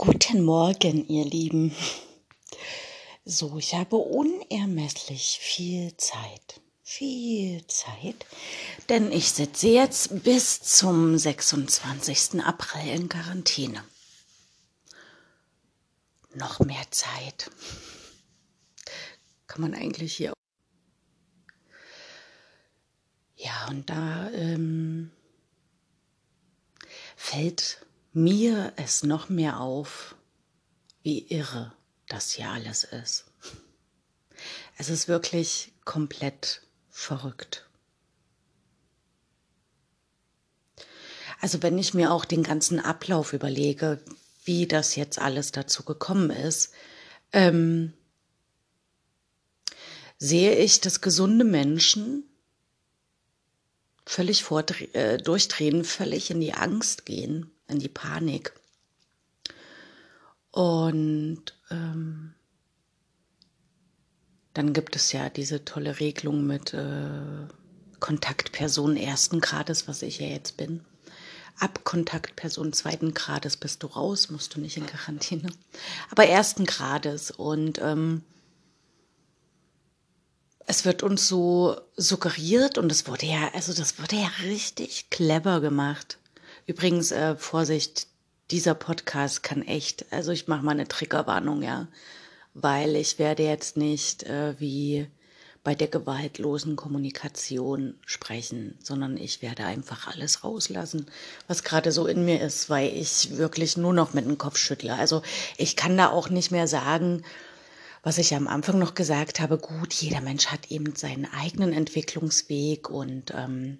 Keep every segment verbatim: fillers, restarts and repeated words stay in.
Guten Morgen, ihr Lieben. So, ich habe unermesslich viel Zeit. Viel Zeit. Denn ich sitze jetzt bis zum sechsundzwanzigsten April in Quarantäne. Noch mehr Zeit. Kann man eigentlich hier. Ja, und da ähm, fällt mir es noch mehr auf, wie irre das hier alles ist. Es ist wirklich komplett verrückt. Also wenn ich mir auch den ganzen Ablauf überlege, wie das jetzt alles dazu gekommen ist, ähm, sehe ich, dass gesunde Menschen völlig vordre- äh, durchdrehen, völlig in die Angst gehen, in die Panik. Und ähm, dann gibt es ja diese tolle Regelung mit äh, Kontaktperson ersten Grades, was ich ja jetzt bin. Ab Kontaktperson zweiten Grades bist du raus, musst du nicht in Quarantäne. Aber ersten Grades. Und ähm, es wird uns so suggeriert und es wurde ja, also das wurde ja richtig clever gemacht. Übrigens, äh, Vorsicht, dieser Podcast kann echt, also ich mache mal eine Triggerwarnung, ja, weil ich werde jetzt nicht äh, wie bei der gewaltlosen Kommunikation sprechen, sondern ich werde einfach alles rauslassen, was gerade so in mir ist, weil ich wirklich nur noch mit dem Kopf schüttle. Also ich kann da auch nicht mehr sagen, was ich am Anfang noch gesagt habe, gut, jeder Mensch hat eben seinen eigenen Entwicklungsweg und ähm,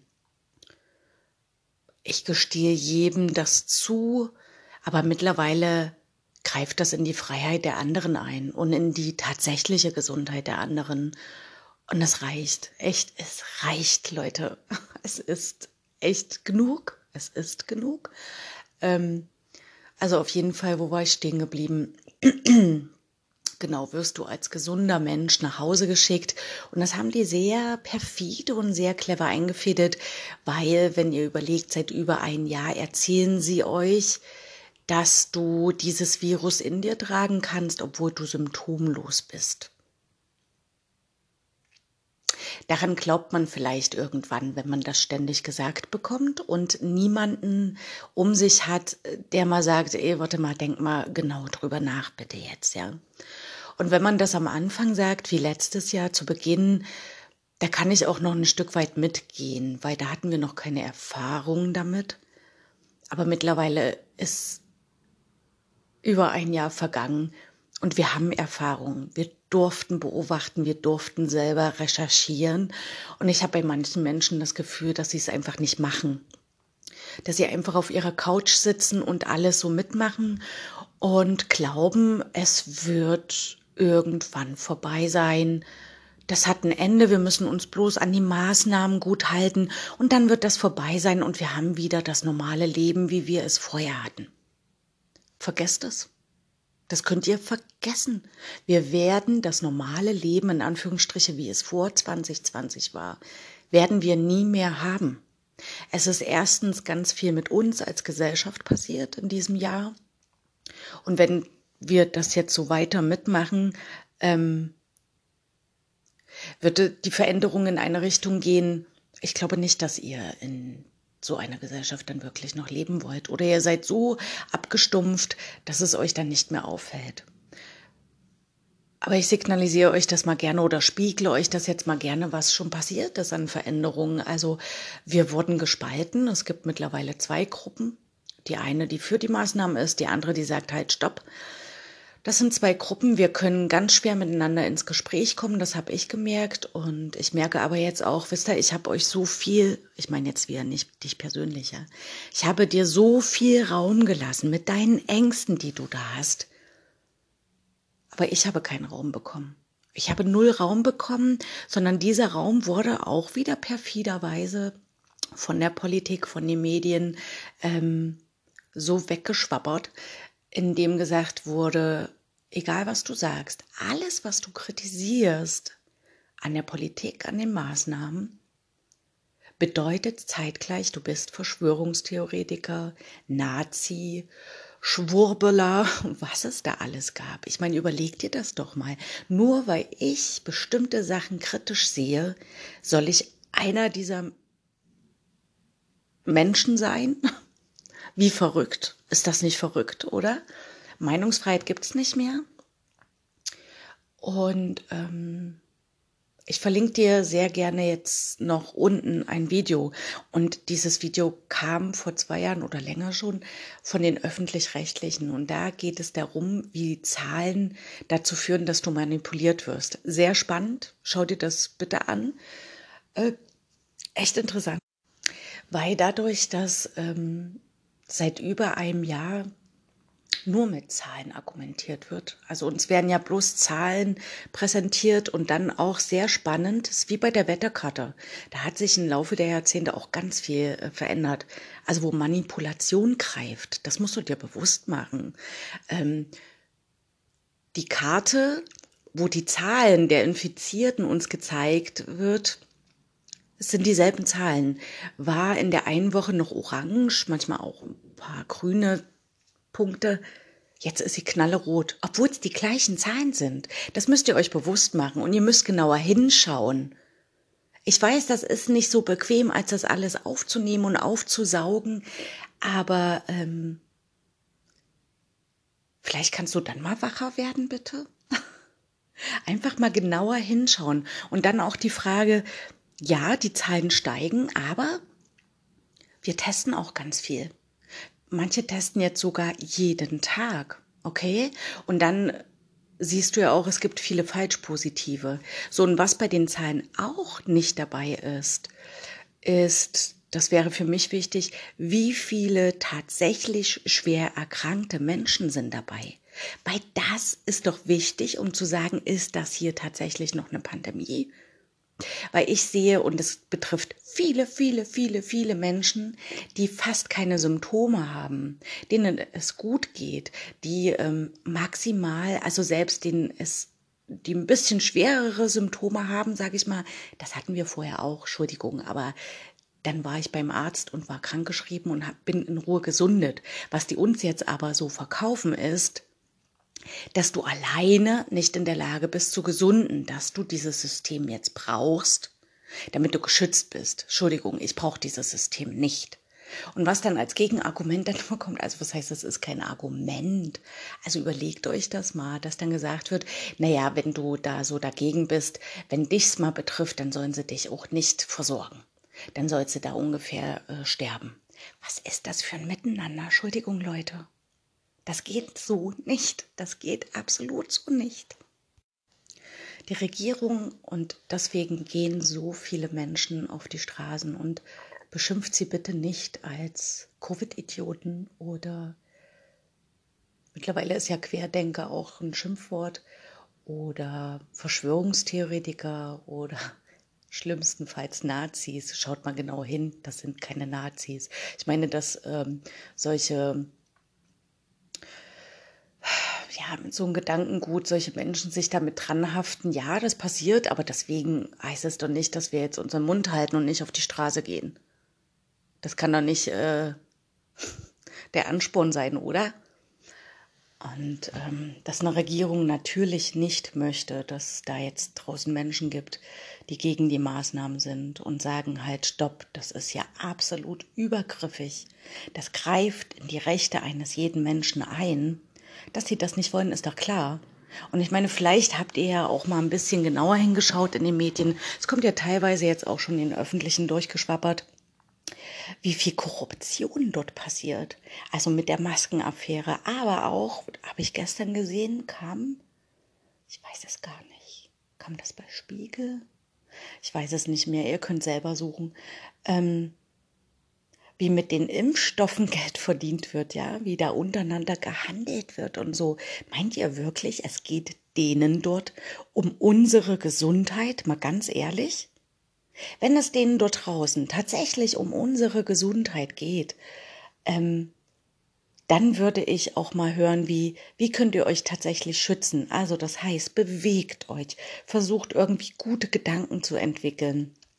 ich gestehe jedem das zu, aber mittlerweile greift das in die Freiheit der anderen ein und in die tatsächliche Gesundheit der anderen. Und es reicht, echt, es reicht, Leute. Es ist echt genug, es ist genug. Ähm, also auf jeden Fall, wo war ich stehen geblieben? Genau, wirst du als gesunder Mensch nach Hause geschickt. Und das haben die sehr perfide und sehr clever eingefädelt, weil, wenn ihr überlegt, seit über ein Jahr erzählen sie euch, dass du dieses Virus in dir tragen kannst, obwohl du symptomlos bist. Daran glaubt man vielleicht irgendwann, wenn man das ständig gesagt bekommt und niemanden um sich hat, der mal sagt, ey, warte mal, denk mal genau drüber nach, bitte jetzt, ja. Und wenn man das am Anfang sagt, wie letztes Jahr zu Beginn, da kann ich auch noch ein Stück weit mitgehen, weil da hatten wir noch keine Erfahrung damit. Aber mittlerweile ist über ein Jahr vergangen und wir haben Erfahrung. Wir durften beobachten, wir durften selber recherchieren. Und ich habe bei manchen Menschen das Gefühl, dass sie es einfach nicht machen. Dass sie einfach auf ihrer Couch sitzen und alles so mitmachen und glauben, es wird irgendwann vorbei sein. Das hat ein Ende, wir müssen uns bloß an die Maßnahmen gut halten und dann wird das vorbei sein und wir haben wieder das normale Leben, wie wir es vorher hatten. Vergesst es. Das könnt ihr vergessen. Wir werden das normale Leben, in Anführungsstriche, wie es vor zwanzig zwanzig war, werden wir nie mehr haben. Es ist erstens ganz viel mit uns als Gesellschaft passiert in diesem Jahr. Und wenn wir das jetzt so weiter mitmachen, ähm, wird die Veränderung in eine Richtung gehen. Ich glaube nicht, dass ihr in so einer Gesellschaft dann wirklich noch leben wollt. Oder ihr seid so abgestumpft, dass es euch dann nicht mehr auffällt. Aber ich signalisiere euch das mal gerne oder spiegle euch das jetzt mal gerne, was schon passiert ist an Veränderungen. Also wir wurden gespalten. Es gibt mittlerweile zwei Gruppen. Die eine, die für die Maßnahmen ist, die andere, die sagt halt Stopp. Das sind zwei Gruppen. Wir können ganz schwer miteinander ins Gespräch kommen. Das habe ich gemerkt. Und ich merke aber jetzt auch, wisst ihr, ich habe euch so viel, ich meine jetzt wieder nicht dich persönlich, ja. Ich habe dir so viel Raum gelassen mit deinen Ängsten, die du da hast. Aber ich habe keinen Raum bekommen. Ich habe null Raum bekommen, sondern dieser Raum wurde auch wieder perfiderweise von der Politik, von den Medien ähm, so weggeschwabbert, indem gesagt wurde, egal was du sagst, alles, was du kritisierst an der Politik, an den Maßnahmen, bedeutet zeitgleich, du bist Verschwörungstheoretiker, Nazi, Schwurbler, was es da alles gab. Ich meine, überleg dir das doch mal. Nur weil ich bestimmte Sachen kritisch sehe, soll ich einer dieser Menschen sein? Wie verrückt. Ist das nicht verrückt, oder? Meinungsfreiheit gibt's nicht mehr. Und ähm, ich verlinke dir sehr gerne jetzt noch unten ein Video. Und dieses Video kam vor zwei Jahren oder länger schon von den Öffentlich-Rechtlichen. Und da geht es darum, wie Zahlen dazu führen, dass du manipuliert wirst. Sehr spannend. Schau dir das bitte an. Äh, echt interessant. Weil dadurch, dass ähm, seit über einem Jahr nur mit Zahlen argumentiert wird. Also uns werden ja bloß Zahlen präsentiert und dann auch sehr spannend, ist wie bei der Wetterkarte. Da hat sich im Laufe der Jahrzehnte auch ganz viel äh, verändert. Also wo Manipulation greift, das musst du dir bewusst machen. Ähm, die Karte, wo die Zahlen der Infizierten uns gezeigt wird, es sind dieselben Zahlen. War in der einen Woche noch orange, manchmal auch ein paar grüne Punkte. Jetzt ist sie knallerot, obwohl es die gleichen Zahlen sind. Das müsst ihr euch bewusst machen und ihr müsst genauer hinschauen. Ich weiß, das ist nicht so bequem, als das alles aufzunehmen und aufzusaugen, aber ähm, vielleicht kannst du dann mal wacher werden, bitte? Einfach mal genauer hinschauen und dann auch die Frage, ja, die Zahlen steigen, aber wir testen auch ganz viel. Manche testen jetzt sogar jeden Tag, okay? Und dann siehst du ja auch, es gibt viele Falschpositive. So, und was bei den Zahlen auch nicht dabei ist, ist, das wäre für mich wichtig, wie viele tatsächlich schwer erkrankte Menschen sind dabei. Weil das ist doch wichtig, um zu sagen, ist das hier tatsächlich noch eine Pandemie? Weil ich sehe, und es betrifft viele, viele, viele, viele Menschen, die fast keine Symptome haben, denen es gut geht, die ähm, maximal, also selbst denen es, die ein bisschen schwerere Symptome haben, sage ich mal, das hatten wir vorher auch, Entschuldigung, aber dann war ich beim Arzt und war krankgeschrieben und hab, bin in Ruhe gesundet. Was die uns jetzt aber so verkaufen ist, dass du alleine nicht in der Lage bist zu gesunden, dass du dieses System jetzt brauchst, damit du geschützt bist. Entschuldigung, ich brauche dieses System nicht. Und was dann als Gegenargument dann immer kommt, also was heißt, das ist kein Argument. Also überlegt euch das mal, dass dann gesagt wird, naja, wenn du da so dagegen bist, wenn dich's mal betrifft, dann sollen sie dich auch nicht versorgen. Dann sollst du da ungefähr äh, sterben. Was ist das für ein Miteinander? Entschuldigung, Leute. Das geht so nicht. Das geht absolut so nicht. Die Regierung, und deswegen gehen so viele Menschen auf die Straßen, und beschimpft sie bitte nicht als Covid-Idioten oder mittlerweile ist ja Querdenker auch ein Schimpfwort oder Verschwörungstheoretiker oder schlimmstenfalls Nazis. Schaut mal genau hin, das sind keine Nazis. Ich meine, dass ähm, solche ja, mit so einem Gedankengut solche Menschen sich damit dranhaften, ja, das passiert, aber deswegen heißt es doch nicht, dass wir jetzt unseren Mund halten und nicht auf die Straße gehen. Das kann doch nicht äh, der Ansporn sein, oder? Und ähm, dass eine Regierung natürlich nicht möchte, dass da jetzt draußen Menschen gibt, die gegen die Maßnahmen sind und sagen halt, stopp, das ist ja absolut übergriffig. Das greift in die Rechte eines jeden Menschen ein. Dass sie das nicht wollen, ist doch klar. Und ich meine, vielleicht habt ihr ja auch mal ein bisschen genauer hingeschaut in den Medien. Es kommt ja teilweise jetzt auch schon in den Öffentlichen durchgeschwappert, wie viel Korruption dort passiert. Also mit der Maskenaffäre. Aber auch, habe ich gestern gesehen, kam, ich weiß es gar nicht, kam das bei Spiegel? Ich weiß es nicht mehr, ihr könnt selber suchen. Ähm, wie mit den Impfstoffen Geld verdient wird, ja, wie da untereinander gehandelt wird und so. Meint ihr wirklich, es geht denen dort um unsere Gesundheit, mal ganz ehrlich? Wenn es denen dort draußen tatsächlich um unsere Gesundheit geht, ähm, dann würde ich auch mal hören, wie, wie könnt ihr euch tatsächlich schützen? Also das heißt, bewegt euch, versucht irgendwie gute Gedanken zu entwickeln.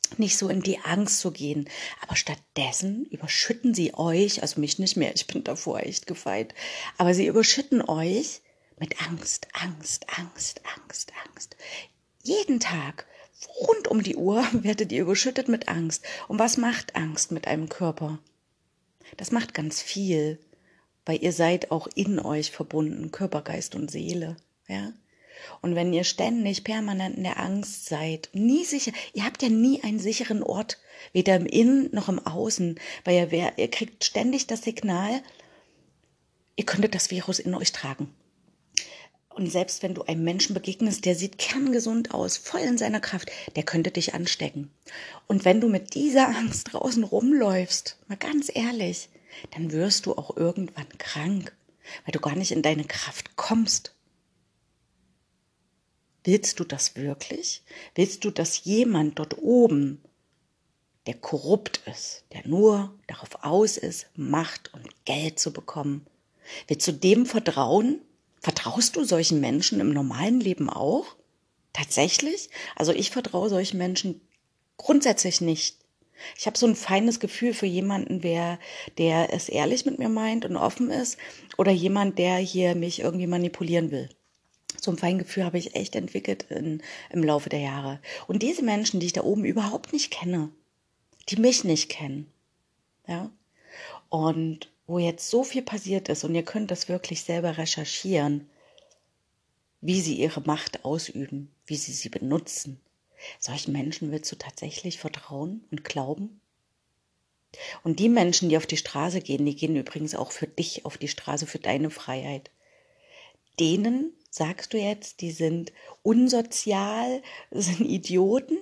nicht so in die Angst zu gehen. Aber stattdessen überschütten sie euch, also mich nicht mehr, ich bin davor echt gefeit, aber sie überschütten euch mit Angst, Angst, Angst, Angst, Angst. Jeden Tag, rund um die Uhr, werdet ihr überschüttet mit Angst. Und was macht Angst mit einem Körper? Das macht ganz viel, weil ihr seid auch in euch verbunden, Körper, Geist und Seele, ja. Und wenn ihr ständig permanent in der Angst seid, nie sicher, ihr habt ja nie einen sicheren Ort, weder im Innen noch im Außen, weil ihr, wer, ihr kriegt ständig das Signal, ihr könntet das Virus in euch tragen. Und selbst wenn du einem Menschen begegnest, der sieht kerngesund aus, voll in seiner Kraft, der könnte dich anstecken. Und wenn du mit dieser Angst draußen rumläufst, mal ganz ehrlich, dann wirst du auch irgendwann krank, weil du gar nicht in deine Kraft kommst. Willst du das wirklich? Willst du, dass jemand dort oben, der korrupt ist, der nur darauf aus ist, Macht und Geld zu bekommen, willst du dem vertrauen? Vertraust du solchen Menschen im normalen Leben auch? Tatsächlich? Also ich vertraue solchen Menschen grundsätzlich nicht. Ich habe so ein feines Gefühl für jemanden, der, der es ehrlich mit mir meint und offen ist, oder jemand, der hier mich irgendwie manipulieren will. So ein Feingefühl habe ich echt entwickelt in, im Laufe der Jahre. Und diese Menschen, die ich da oben überhaupt nicht kenne, die mich nicht kennen, ja, und wo jetzt so viel passiert ist, und ihr könnt das wirklich selber recherchieren, wie sie ihre Macht ausüben, wie sie sie benutzen. Solchen Menschen willst du tatsächlich vertrauen und glauben? Und die Menschen, die auf die Straße gehen, die gehen übrigens auch für dich auf die Straße, für deine Freiheit. Denen sagst du jetzt, die sind unsozial, sind Idioten?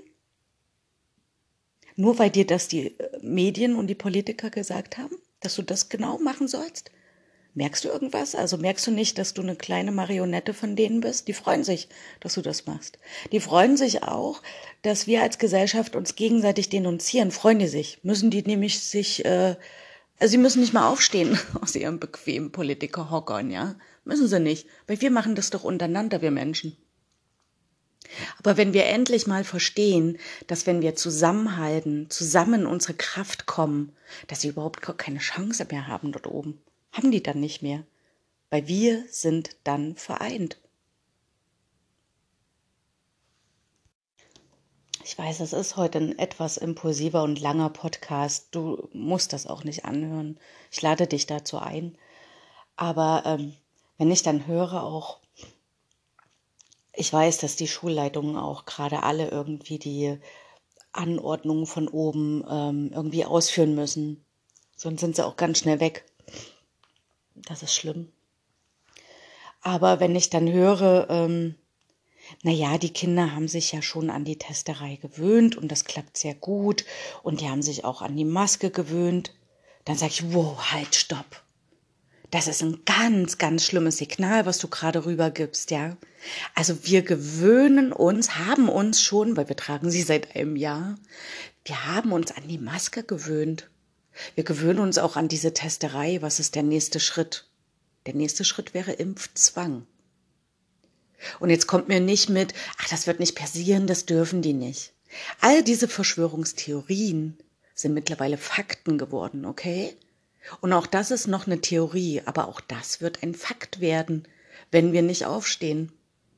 Nur weil dir das die Medien und die Politiker gesagt haben, dass du das genau machen sollst? Merkst du irgendwas? Also merkst du nicht, dass du eine kleine Marionette von denen bist? Die freuen sich, dass du das machst. Die freuen sich auch, dass wir als Gesellschaft uns gegenseitig denunzieren. Freuen die sich. Müssen die nämlich sich, äh, also sie müssen nicht mal aufstehen aus ihren bequemen Politikerhockern, ja? Müssen sie nicht. Weil wir machen das doch untereinander, wir Menschen. Aber wenn wir endlich mal verstehen, dass wenn wir zusammenhalten, zusammen in unsere Kraft kommen, dass sie überhaupt gar keine Chance mehr haben dort oben. Haben die dann nicht mehr. Weil wir sind dann vereint. Ich weiß, es ist heute ein etwas impulsiver und langer Podcast. Du musst das auch nicht anhören. Ich lade dich dazu ein. Aber ähm, wenn ich dann höre auch, ich weiß, dass die Schulleitungen auch gerade alle irgendwie die Anordnungen von oben ähm, irgendwie ausführen müssen. Sonst sind sie auch ganz schnell weg. Das ist schlimm. Aber wenn ich dann höre, ähm, naja, die Kinder haben sich ja schon an die Testerei gewöhnt und das klappt sehr gut und die haben sich auch an die Maske gewöhnt, dann sage ich, wow, halt, stopp. Das ist ein ganz, ganz schlimmes Signal, was du gerade rübergibst, ja. Also wir gewöhnen uns, haben uns schon, weil wir tragen sie seit einem Jahr, wir haben uns an die Maske gewöhnt. Wir gewöhnen uns auch an diese Testerei. Was ist der nächste Schritt? Der nächste Schritt wäre Impfzwang. Und jetzt kommt mir nicht mit, ach, das wird nicht passieren, das dürfen die nicht. All diese Verschwörungstheorien sind mittlerweile Fakten geworden, okay? Und auch das ist noch eine Theorie, aber auch das wird ein Fakt werden, wenn wir nicht aufstehen.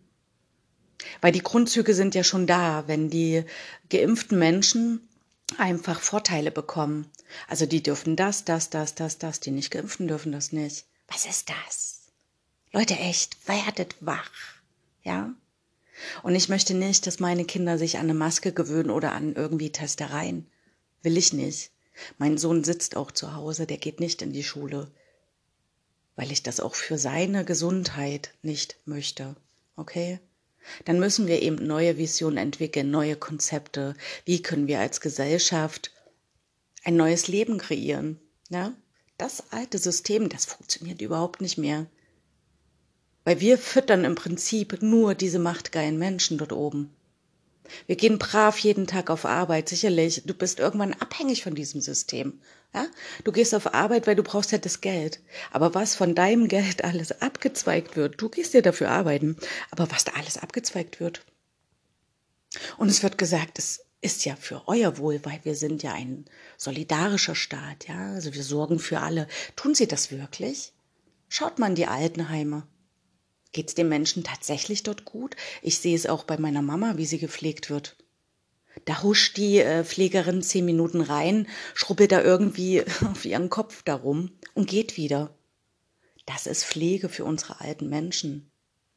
Weil die Grundzüge sind ja schon da, wenn die geimpften Menschen einfach Vorteile bekommen. Also die dürfen das, das, das, das, das, die nicht geimpften dürfen das nicht. Was ist das? Leute, echt, werdet wach, ja? Und ich möchte nicht, dass meine Kinder sich an eine Maske gewöhnen oder an irgendwie Testereien. Will ich nicht. Mein Sohn sitzt auch zu Hause, der geht nicht in die Schule, weil ich das auch für seine Gesundheit nicht möchte, okay? Dann müssen wir eben neue Visionen entwickeln, neue Konzepte. Wie können wir als Gesellschaft ein neues Leben kreieren? Ja? Das alte System, das funktioniert überhaupt nicht mehr. Weil wir füttern im Prinzip nur diese machtgeilen Menschen dort oben. Wir gehen brav jeden Tag auf Arbeit, sicherlich. Du bist irgendwann abhängig von diesem System. Ja? Du gehst auf Arbeit, weil du brauchst ja das Geld. Aber was von deinem Geld alles abgezweigt wird, du gehst ja dafür arbeiten, aber was da alles abgezweigt wird. Und es wird gesagt, es ist ja für euer Wohl, weil wir sind ja ein solidarischer Staat, ja, also wir sorgen für alle. Tun sie das wirklich? Schaut mal in die Altenheime. Geht es den Menschen tatsächlich dort gut? Ich sehe es auch bei meiner Mama, wie sie gepflegt wird. Da huscht die äh, Pflegerin zehn Minuten rein, schrubbelt da irgendwie auf ihren Kopf darum und geht wieder. Das ist Pflege für unsere alten Menschen.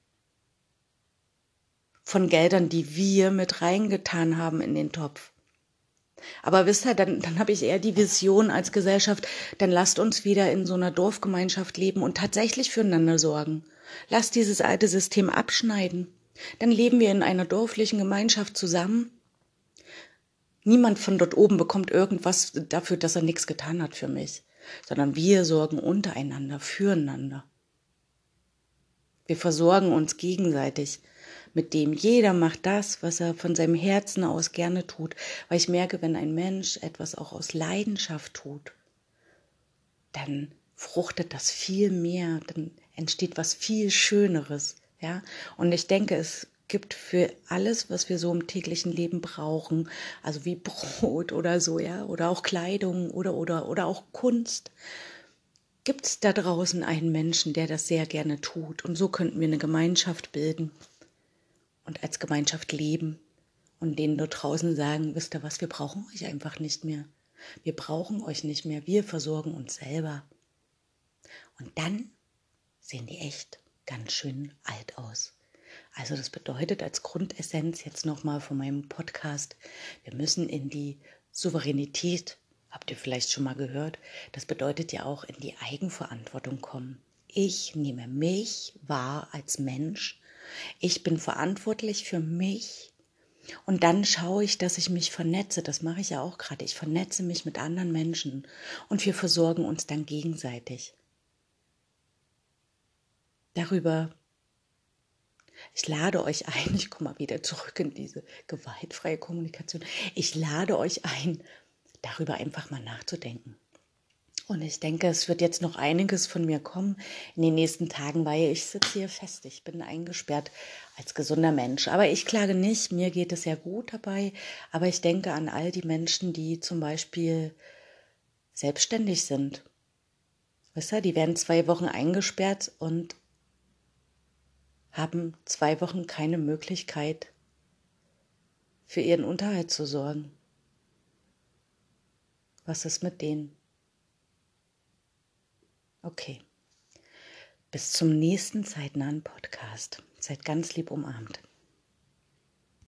Von Geldern, die wir mit reingetan haben in den Topf. Aber wisst ihr, dann, dann habe ich eher die Vision als Gesellschaft, dann lasst uns wieder in so einer Dorfgemeinschaft leben und tatsächlich füreinander sorgen. Lasst dieses alte System abschneiden. Dann leben wir in einer dorflichen Gemeinschaft zusammen. Niemand von dort oben bekommt irgendwas dafür, dass er nichts getan hat für mich, sondern wir sorgen untereinander, füreinander. Wir versorgen uns gegenseitig mit dem. Jeder macht das, was er von seinem Herzen aus gerne tut, weil ich merke, wenn ein Mensch etwas auch aus Leidenschaft tut, dann fruchtet das viel mehr, dann entsteht was viel Schöneres, ja. Und ich denke, es gibt für alles, was wir so im täglichen Leben brauchen, also wie Brot oder so, ja, oder auch Kleidung oder oder oder auch Kunst, gibt es da draußen einen Menschen, der das sehr gerne tut. Und so könnten wir eine Gemeinschaft bilden und als Gemeinschaft leben und denen dort draußen sagen, wisst ihr was, wir brauchen euch einfach nicht mehr. Wir brauchen euch nicht mehr, wir versorgen uns selber. Und dann sehen die echt ganz schön alt aus. Also das bedeutet als Grundessenz jetzt nochmal von meinem Podcast, wir müssen in die Souveränität, habt ihr vielleicht schon mal gehört, das bedeutet ja auch in die Eigenverantwortung kommen. Ich nehme mich wahr als Mensch, ich bin verantwortlich für mich und dann schaue ich, dass ich mich vernetze, das mache ich ja auch gerade, ich vernetze mich mit anderen Menschen und wir versorgen uns dann gegenseitig. Darüber, ich lade euch ein, ich komme mal wieder zurück in diese gewaltfreie Kommunikation, ich lade euch ein, darüber einfach mal nachzudenken. Und ich denke, es wird jetzt noch einiges von mir kommen in den nächsten Tagen, weil ich sitze hier fest, ich bin eingesperrt als gesunder Mensch. Aber ich klage nicht, mir geht es sehr gut dabei, aber ich denke an all die Menschen, die zum Beispiel selbstständig sind. Weißt du, die werden zwei Wochen eingesperrt und haben zwei Wochen keine Möglichkeit, für ihren Unterhalt zu sorgen. Was ist mit denen? Okay, bis zum nächsten zeitnahen Podcast. Seid ganz lieb umarmt.